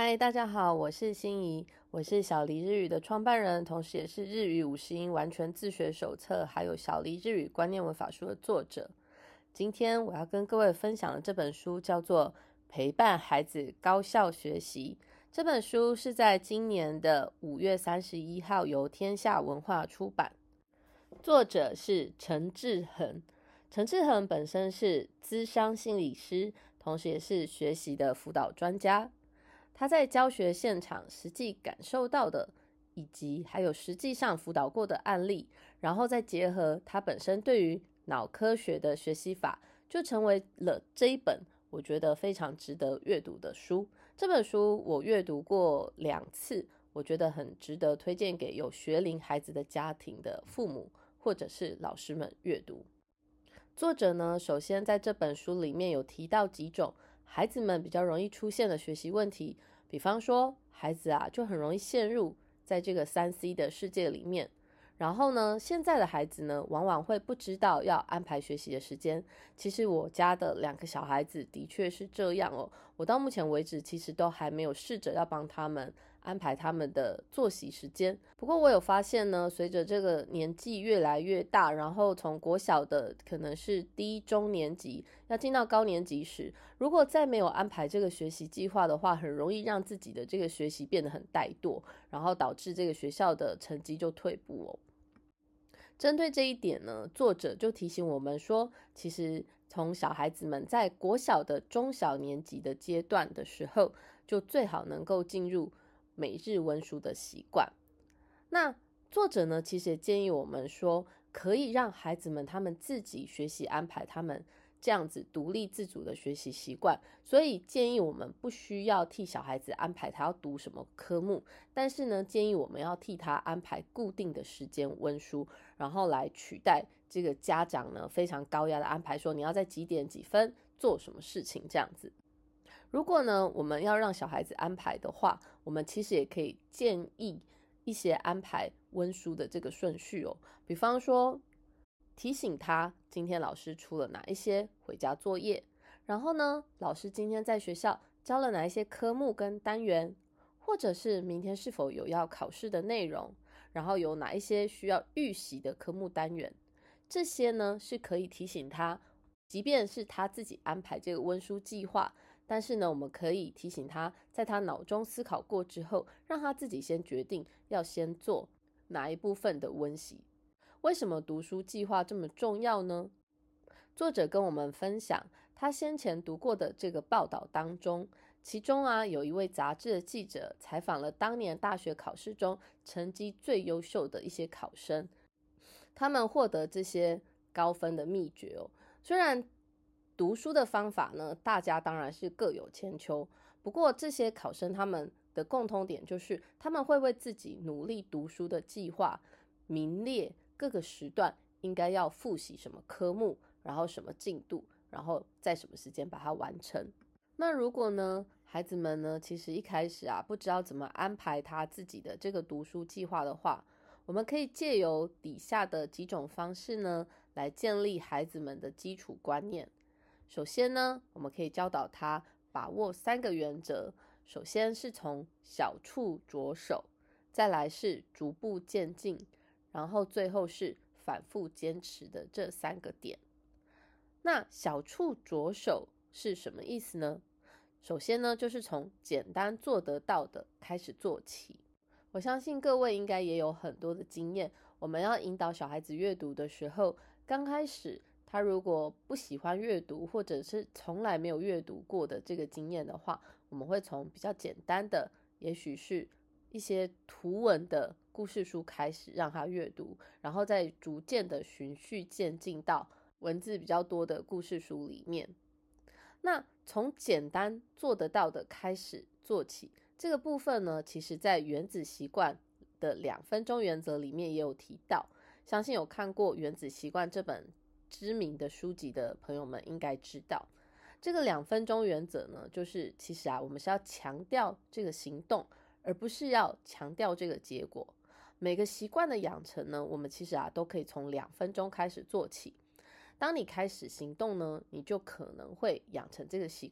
嗨，大家好，我是心怡，我是小黎日语的创办人，同时也是日语50音完全自学手册，还有小黎日语观念文法书的作者。今天我要跟各位分享的这本书叫做《陪伴孩子高效学习》。这本书是在今年的5月31号由天下文化出版，作者是陈志恒。陈志恒本身是咨商心理师，同时也是学习的辅导专家。他在教学现场实际感受到的，以及还有实际上辅导过的案例，然后再结合他本身对于脑科学的学习法，就成为了这一本我觉得非常值得阅读的书。这本书我阅读过2次，我觉得很值得推荐给有学龄孩子的家庭的父母或者是老师们阅读。作者呢，首先在这本书里面有提到几种孩子们比较容易出现的学习问题，比方说孩子就很容易陷入在这个3C 的世界里面，然后呢，现在的孩子呢，往往会不知道要安排学习的时间。其实我家的2个小孩子的确是这样哦，我到目前为止其实都还没有试着要帮他们安排他们的作息时间。不过我有发现呢，随着这个年纪越来越大，然后从国小的可能是低中年级要进到高年级时，如果再没有安排这个学习计划的话，很容易让自己的这个学习变得很怠惰，然后导致这个学校的成绩就退步哦。针对这一点呢，作者就提醒我们说，其实从小孩子们在国小的中小年级的阶段的时候，就最好能够进入每日温书的习惯。那作者呢，其实也建议我们说，可以让孩子们他们自己学习安排他们这样子独立自主的学习习惯，所以建议我们不需要替小孩子安排他要读什么科目，但是呢，建议我们要替他安排固定的时间温书，然后来取代这个家长呢非常高压的安排，说你要在几点几分做什么事情这样子。如果呢我们要让小孩子安排的话，我们其实也可以建议一些安排温书的这个顺序哦，比方说提醒他今天老师出了哪一些回家作业，然后呢老师今天在学校教了哪一些科目跟单元，或者是明天是否有要考试的内容，然后有哪一些需要预习的科目单元，这些呢是可以提醒他，即便是他自己安排这个温书计划，但是呢我们可以提醒他，在他脑中思考过之后，让他自己先决定要先做哪一部分的温习。为什么读书计划这么重要呢？作者跟我们分享他先前读过的这个报道当中，其中有一位杂志的记者采访了当年大学考试中成绩最优秀的一些考生，他们获得这些高分的秘诀哦。虽然读书的方法呢，大家当然是各有千秋，不过这些考生他们的共通点就是他们会为自己努力读书的计划名列各个时段应该要复习什么科目，然后什么进度，然后在什么时间把它完成。那如果呢孩子们呢其实一开始不知道怎么安排他自己的这个读书计划的话，我们可以借由底下的几种方式呢来建立孩子们的基础观念。首先呢，我们可以教导他把握3个原则，首先是从小处着手，再来是逐步渐进，然后最后是反复坚持的这3个点。那小处着手是什么意思呢？首先呢，就是从简单做得到的开始做起。我相信各位应该也有很多的经验，我们要引导小孩子阅读的时候，刚开始他如果不喜欢阅读，或者是从来没有阅读过的这个经验的话，我们会从比较简单的，也许是一些图文的故事书开始让他阅读，然后再逐渐的循序渐进到文字比较多的故事书里面。那从简单做得到的开始做起，这个部分呢，其实在原子习惯的2分钟原则里面也有提到，相信有看过原子习惯这本知名的书籍的朋友们应该知道，这个2分钟原则呢，就是其实我们是要强调这个行动，而不是要强调这个结果。每个习惯的养成呢，我们其实都可以从2分钟开始做起。当你开始行动呢，你就可能会养成这个习惯，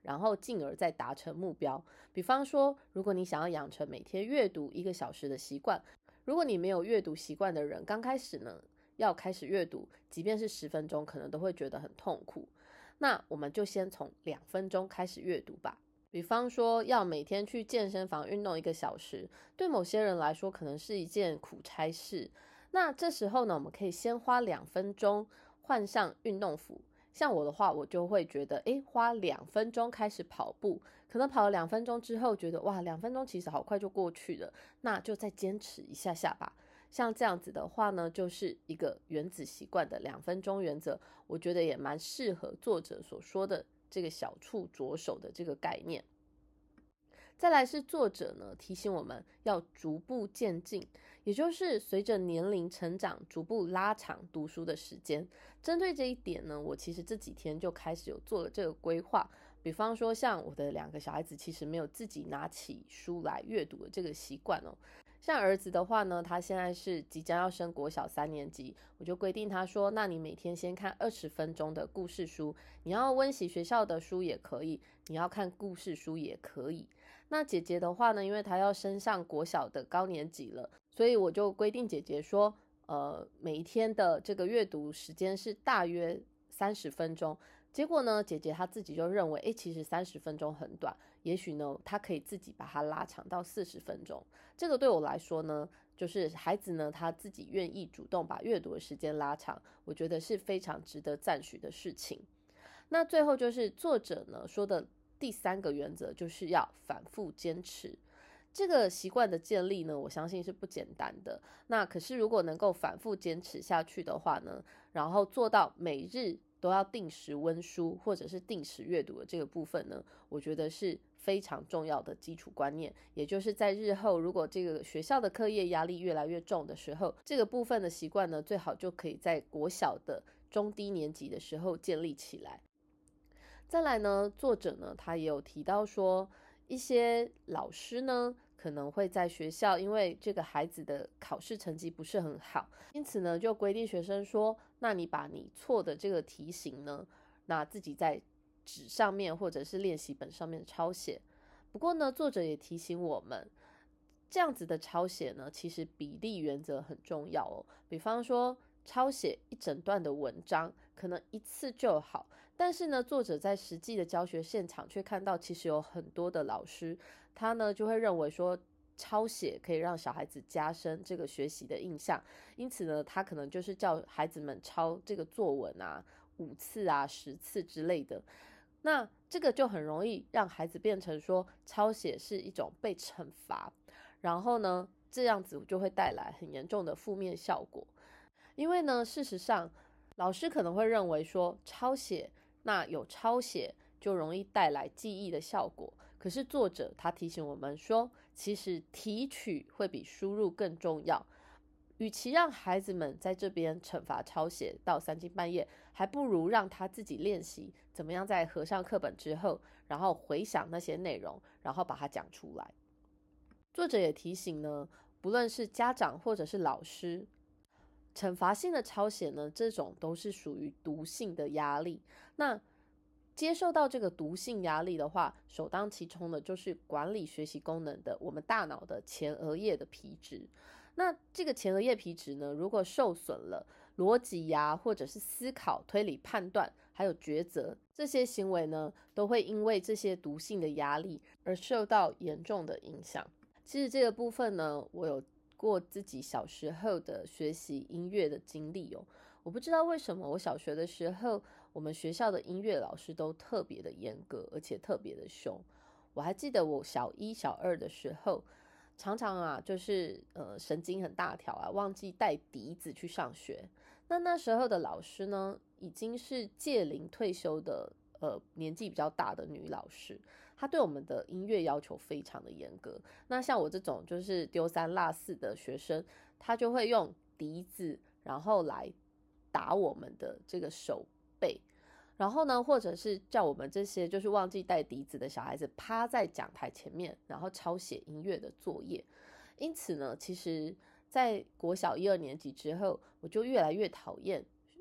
然后进而再达成目标。比方说，如果你想要养成每天阅读1个小时的习惯，如果你没有阅读习惯的人，刚开始呢要开始阅读，即便是10分钟，可能都会觉得很痛苦。那我们就先从2分钟开始阅读吧。比方说，要每天去健身房运动1个小时，对某些人来说可能是一件苦差事。那这时候呢，我们可以先花2分钟换上运动服。像我的话，我就会觉得，花2分钟开始跑步，可能跑了2分钟之后，觉得哇，2分钟其实好快就过去了，那就再坚持一下下吧。像这样子的话呢，就是一个原子习惯的2分钟原则，我觉得也蛮适合作者所说的这个小处着手的这个概念。再来是作者呢提醒我们要逐步渐进，也就是随着年龄成长逐步拉长读书的时间。针对这一点呢，我其实这几天就开始有做了这个规划。比方说像我的2个小孩子其实没有自己拿起书来阅读的这个习惯哦。像儿子的话呢，他现在是即将要升国小3年级，我就规定他说，那你每天先看20分钟的故事书，你要温习学校的书也可以，你要看故事书也可以。那姐姐的话呢，因为她要升上国小的高年级了，所以我就规定姐姐说，每一天的这个阅读时间是大约30分钟。结果呢，姐姐她自己就认为，其实30分钟很短，也许呢，她可以自己把它拉长到40分钟。这个对我来说呢，就是孩子呢，他自己愿意主动把阅读的时间拉长，我觉得是非常值得赞许的事情。那最后就是作者呢说的第3个原则，就是要反复坚持。这个习惯的建立呢，我相信是不简单的。那可是如果能够反复坚持下去的话呢，然后做到每日都要定时温书或者是定时阅读的这个部分呢，我觉得是非常重要的基础观念。也就是在日后如果这个学校的课业压力越来越重的时候，这个部分的习惯呢，最好就可以在国小的中低年级的时候建立起来。再来呢，作者呢他也有提到说，一些老师呢可能会在学校，因为这个孩子的考试成绩不是很好，因此呢就规定学生说，那你把你错的这个题型呢，那自己在纸上面或者是练习本上面抄写。不过呢，作者也提醒我们，这样子的抄写呢，其实比例原则很重要哦。比方说抄写一整段的文章，可能1次就好，但是呢，作者在实际的教学现场却看到，其实有很多的老师，他呢就会认为说，抄写可以让小孩子加深这个学习的印象，因此呢，他可能就是叫孩子们抄这个作文啊5次啊10次之类的。那这个就很容易让孩子变成说，抄写是一种被惩罚，然后呢，这样子就会带来很严重的负面效果。因为呢，事实上，老师可能会认为说，抄写，那有抄写就容易带来记忆的效果。可是作者他提醒我们说，其实提取会比输入更重要。与其让孩子们在这边惩罚抄写到3更半夜，还不如让他自己练习怎么样在合上课本之后，然后回想那些内容，然后把它讲出来。作者也提醒呢，不论是家长或者是老师，惩罚性的抄写呢，这种都是属于毒性的压力。那接受到这个毒性压力的话，首当其冲的就是管理学习功能的我们大脑的前额叶的皮质。那这个前额叶皮质呢，如果受损了，逻辑呀，或者是思考、推理、判断，还有抉择，这些行为呢，都会因为这些毒性的压力而受到严重的影响。其实这个部分呢，我有过自己小时候的学习音乐的经历哦。我不知道为什么我小学的时候，我们学校的音乐老师都特别的严格，而且特别的凶。我还记得我小1、小2的时候，常常啊，就是神经很大条啊，忘记带笛子去上学。那时候的老师呢，已经是届龄退休的年纪比较大的女老师，她对我们的音乐要求非常的严格。那像我这种就是丢3落4的学生，她就会用笛子，然后来打我们的这个手背。然后呢，或者是叫我们这些就是忘记带笛子的小孩子趴在讲台前面，然后抄写音乐的作业。因此呢，其实在国小1、2年级之后，我就越来越讨厌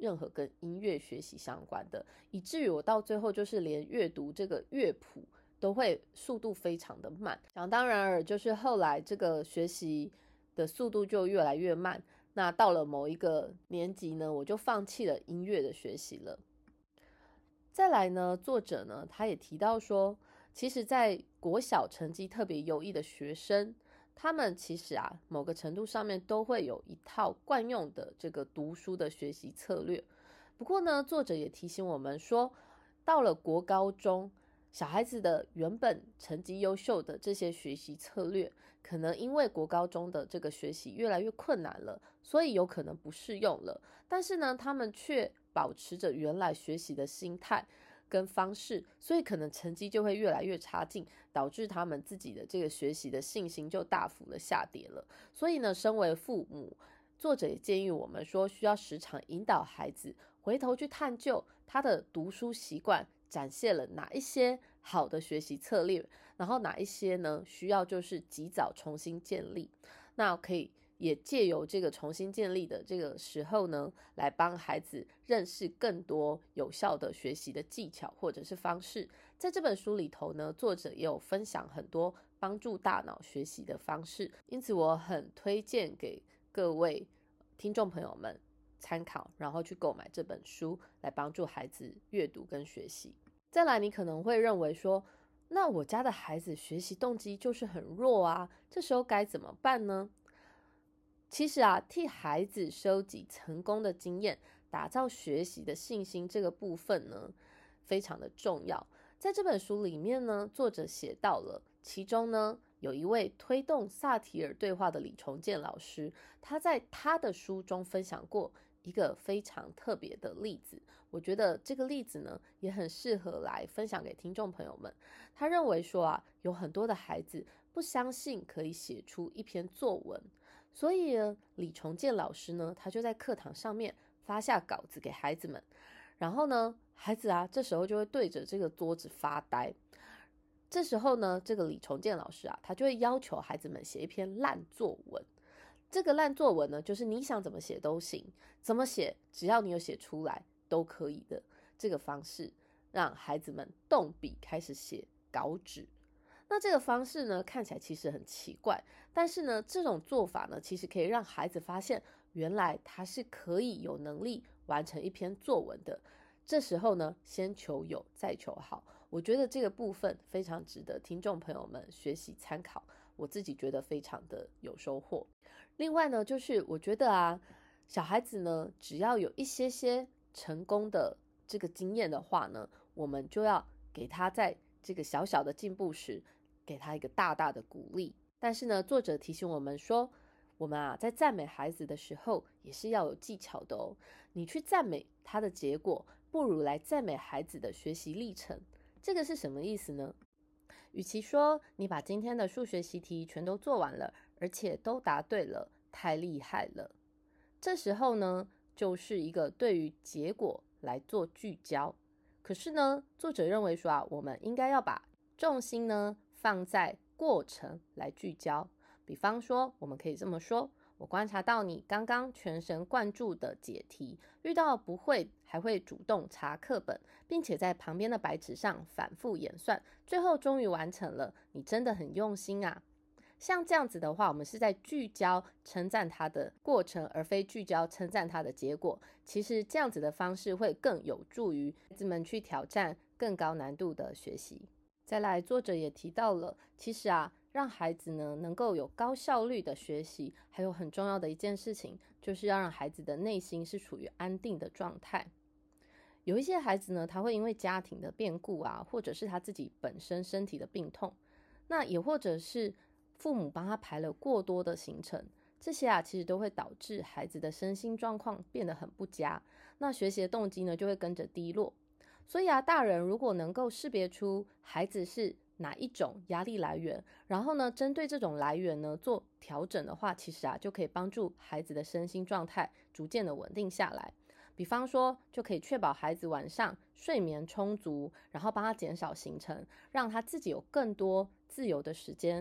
任何跟音乐学习相关的，以至于我到最后就是连阅读这个乐谱都会速度非常的慢。想当然尔，就是后来这个学习的速度就越来越慢，那到了某一个年级呢，我就放弃了音乐的学习了。再来呢，作者呢他也提到说，其实在国小成绩特别优异的学生，他们其实某个程度上面都会有一套惯用的这个读书的学习策略。不过呢，作者也提醒我们说，到了国高中，小孩子的原本成绩优秀的这些学习策略，可能因为国高中的这个学习越来越困难了，所以有可能不适用了。但是呢，他们却保持着原来学习的心态跟方式，所以可能成绩就会越来越差劲，导致他们自己的这个学习的信心就大幅的下跌了。所以呢，身为父母，作者也建议我们说，需要时常引导孩子回头去探究他的读书习惯展现了哪一些好的学习策略，然后哪一些呢需要就是及早重新建立。那可以也借由这个重新建立的这个时候呢，来帮孩子认识更多有效的学习的技巧或者是方式。在这本书里头呢，作者也有分享很多帮助大脑学习的方式，因此我很推荐给各位听众朋友们参考，然后去购买这本书来帮助孩子阅读跟学习。再来，你可能会认为说，那我家的孩子学习动机就是很弱啊，这时候该怎么办呢？其实替孩子收集成功的经验，打造学习的信心这个部分呢，非常的重要。在这本书里面呢，作者写到了，其中呢有一位推动萨提尔对话的李崇建老师，他在他的书中分享过一个非常特别的例子，我觉得这个例子呢也很适合来分享给听众朋友们。他认为说有很多的孩子不相信可以写出一篇作文，所以呢，李崇建老师呢，他就在课堂上面发下稿子给孩子们，然后呢，孩子这时候就会对着这个桌子发呆。这时候呢，这个李崇建老师他就会要求孩子们写一篇烂作文。这个烂作文呢，就是你想怎么写都行，怎么写只要你有写出来都可以的这个方式，让孩子们动笔开始写稿纸。那这个方式呢，看起来其实很奇怪，但是呢，这种做法呢，其实可以让孩子发现，原来他是可以有能力完成一篇作文的。这时候呢，先求有，再求好。我觉得这个部分非常值得听众朋友们学习参考，我自己觉得非常的有收获。另外呢，就是我觉得小孩子呢，只要有一些成功的这个经验的话呢，我们就要给他在这个小小的进步时，给他一个大大的鼓励。但是呢，作者提醒我们说，我们在赞美孩子的时候，也是要有技巧的哦。你去赞美他的结果，不如来赞美孩子的学习历程。这个是什么意思呢？与其说你把今天的数学习题全都做完了，而且都答对了，太厉害了。这时候呢，就是一个对于结果来做聚焦。可是呢，作者认为说我们应该要把重心呢放在过程来聚焦。比方说，我们可以这么说：我观察到你刚刚全神贯注的解题，遇到不会还会主动查课本，并且在旁边的白纸上反复演算，最后终于完成了，你真的很用心啊。像这样子的话，我们是在聚焦称赞他的过程，而非聚焦称赞他的结果。其实这样子的方式会更有助于孩子们去挑战更高难度的学习。再来，作者也提到了，其实让孩子呢能够有高效率的学习，还有很重要的一件事情，就是要让孩子的内心是处于安定的状态。有一些孩子呢，他会因为家庭的变故或者是他自己本身身体的病痛，那也或者是父母帮他排了过多的行程，这些其实都会导致孩子的身心状况变得很不佳，那学习的动机呢就会跟着低落。所以大人如果能够识别出孩子是哪一种压力来源，然后呢针对这种来源呢做调整的话，其实就可以帮助孩子的身心状态逐渐的稳定下来。比方说，就可以确保孩子晚上睡眠充足，然后帮他减少行程，让他自己有更多自由的时间。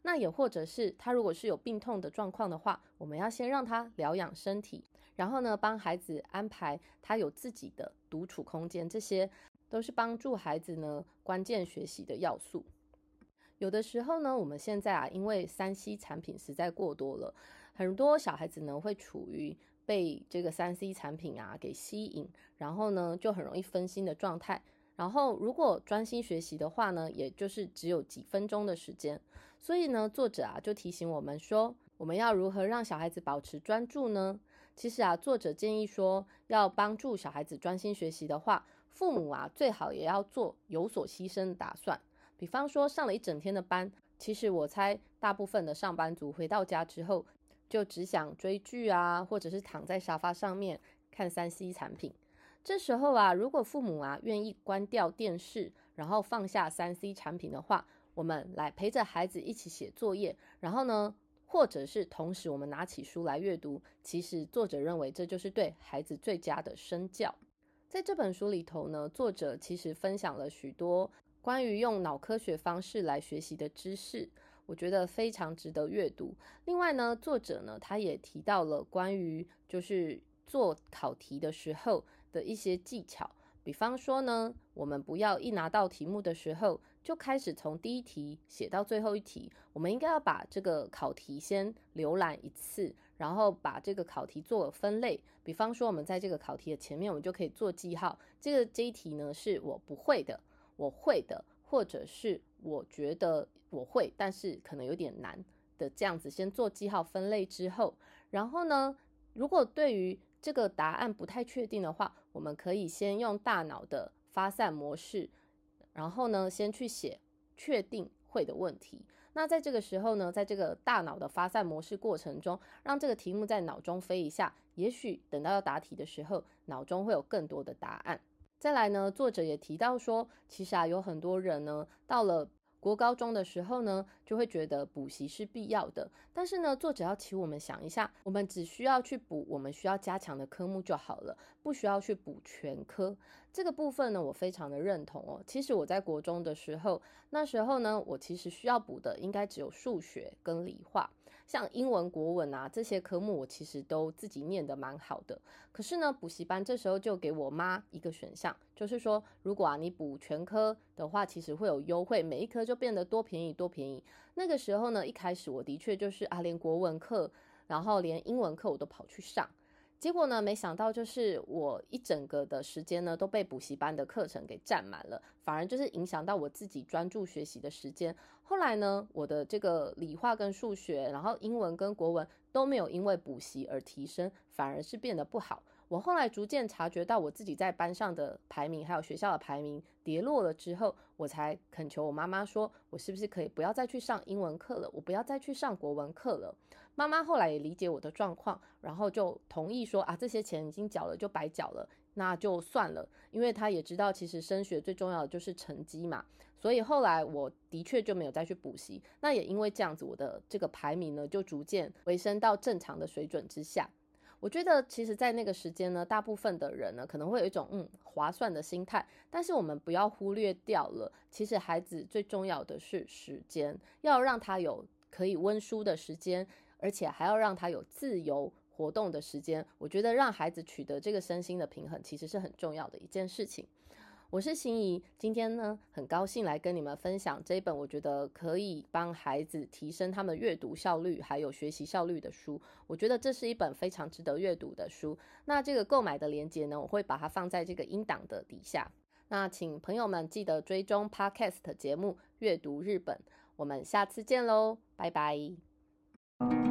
那也或者是他如果是有病痛的状况的话，我们要先让他疗养身体，然后呢帮孩子安排他有自己的独处空间，这些都是帮助孩子呢关键学习的要素。有的时候呢，我们现在因为3C 产品实在过多了，很多小孩子呢会处于被这个3C 产品给吸引，然后呢就很容易分心的状态。然后如果专心学习的话呢，也就是只有几分钟的时间。所以呢，作者就提醒我们说，我们要如何让小孩子保持专注呢？其实作者建议说，要帮助小孩子专心学习的话，父母最好也要做有所牺牲的打算。比方说上了一整天的班，其实我猜大部分的上班族回到家之后，就只想追剧或者是躺在沙发上面看3C 产品。这时候如果父母愿意关掉电视，然后放下3C 产品的话，我们来陪着孩子一起写作业，然后呢，或者是同时我们拿起书来阅读，其实作者认为这就是对孩子最佳的身教。在这本书里头呢，作者其实分享了许多关于用脑科学方式来学习的知识，我觉得非常值得阅读。另外呢，作者呢他也提到了关于就是做考题的时候的一些技巧，比方说呢，我们不要一拿到题目的时候就开始从第一题写到最后一题，我们应该要把这个考题先浏览一次，然后把这个考题做分类。比方说我们在这个考题的前面，我们就可以做记号，这一题呢是我不会的，我会的，或者是我觉得我会但是可能有点难的，这样子先做记号分类之后，然后呢，如果对于这个答案不太确定的话，我们可以先用大脑的发散模式，然后呢先去写确定会的问题。那在这个时候呢，在这个大脑的发散模式过程中，让这个题目在脑中飞一下，也许等到要答题的时候，脑中会有更多的答案。再来呢，作者也提到说，其实有很多人呢，到了国高中的时候呢，就会觉得补习是必要的。但是呢，作者要请我们想一下，我们只需要去补我们需要加强的科目就好了，不需要去补全科。这个部分呢，我非常的认同哦。其实我在国中的时候，那时候呢，我其实需要补的应该只有数学跟理化。像英文、国文这些科目，我其实都自己念得蛮好的。可是呢，补习班这时候就给我妈一个选项，就是说，如果你补全科的话，其实会有优惠，每一科就变得多便宜多便宜。那个时候呢，一开始我的确就是连国文课，然后连英文课我都跑去上。结果呢，没想到就是我一整个的时间呢都被补习班的课程给占满了，反而就是影响到我自己专注学习的时间。后来呢，我的这个理化跟数学，然后英文跟国文都没有因为补习而提升，反而是变得不好。我后来逐渐察觉到我自己在班上的排名还有学校的排名跌落了之后，我才恳求我妈妈说，我是不是可以不要再去上英文课了，我不要再去上国文课了。妈妈后来也理解我的状况，然后就同意说这些钱已经缴了就白缴了，那就算了，因为她也知道其实升学最重要的就是成绩嘛。所以后来我的确就没有再去补习，那也因为这样子，我的这个排名呢就逐渐回升到正常的水准之下。我觉得其实在那个时间呢，大部分的人呢可能会有一种划算的心态，但是我们不要忽略掉了，其实孩子最重要的是时间，要让他有可以温书的时间，而且还要让他有自由活动的时间。我觉得让孩子取得这个身心的平衡其实是很重要的一件事情。我是心怡，今天呢很高兴来跟你们分享这一本我觉得可以帮孩子提升他们阅读效率还有学习效率的书。我觉得这是一本非常值得阅读的书。那这个购买的链接呢，我会把它放在这个音档的底下。那请朋友们记得追踪 Podcast 节目阅读日本，我们下次见咯，拜拜。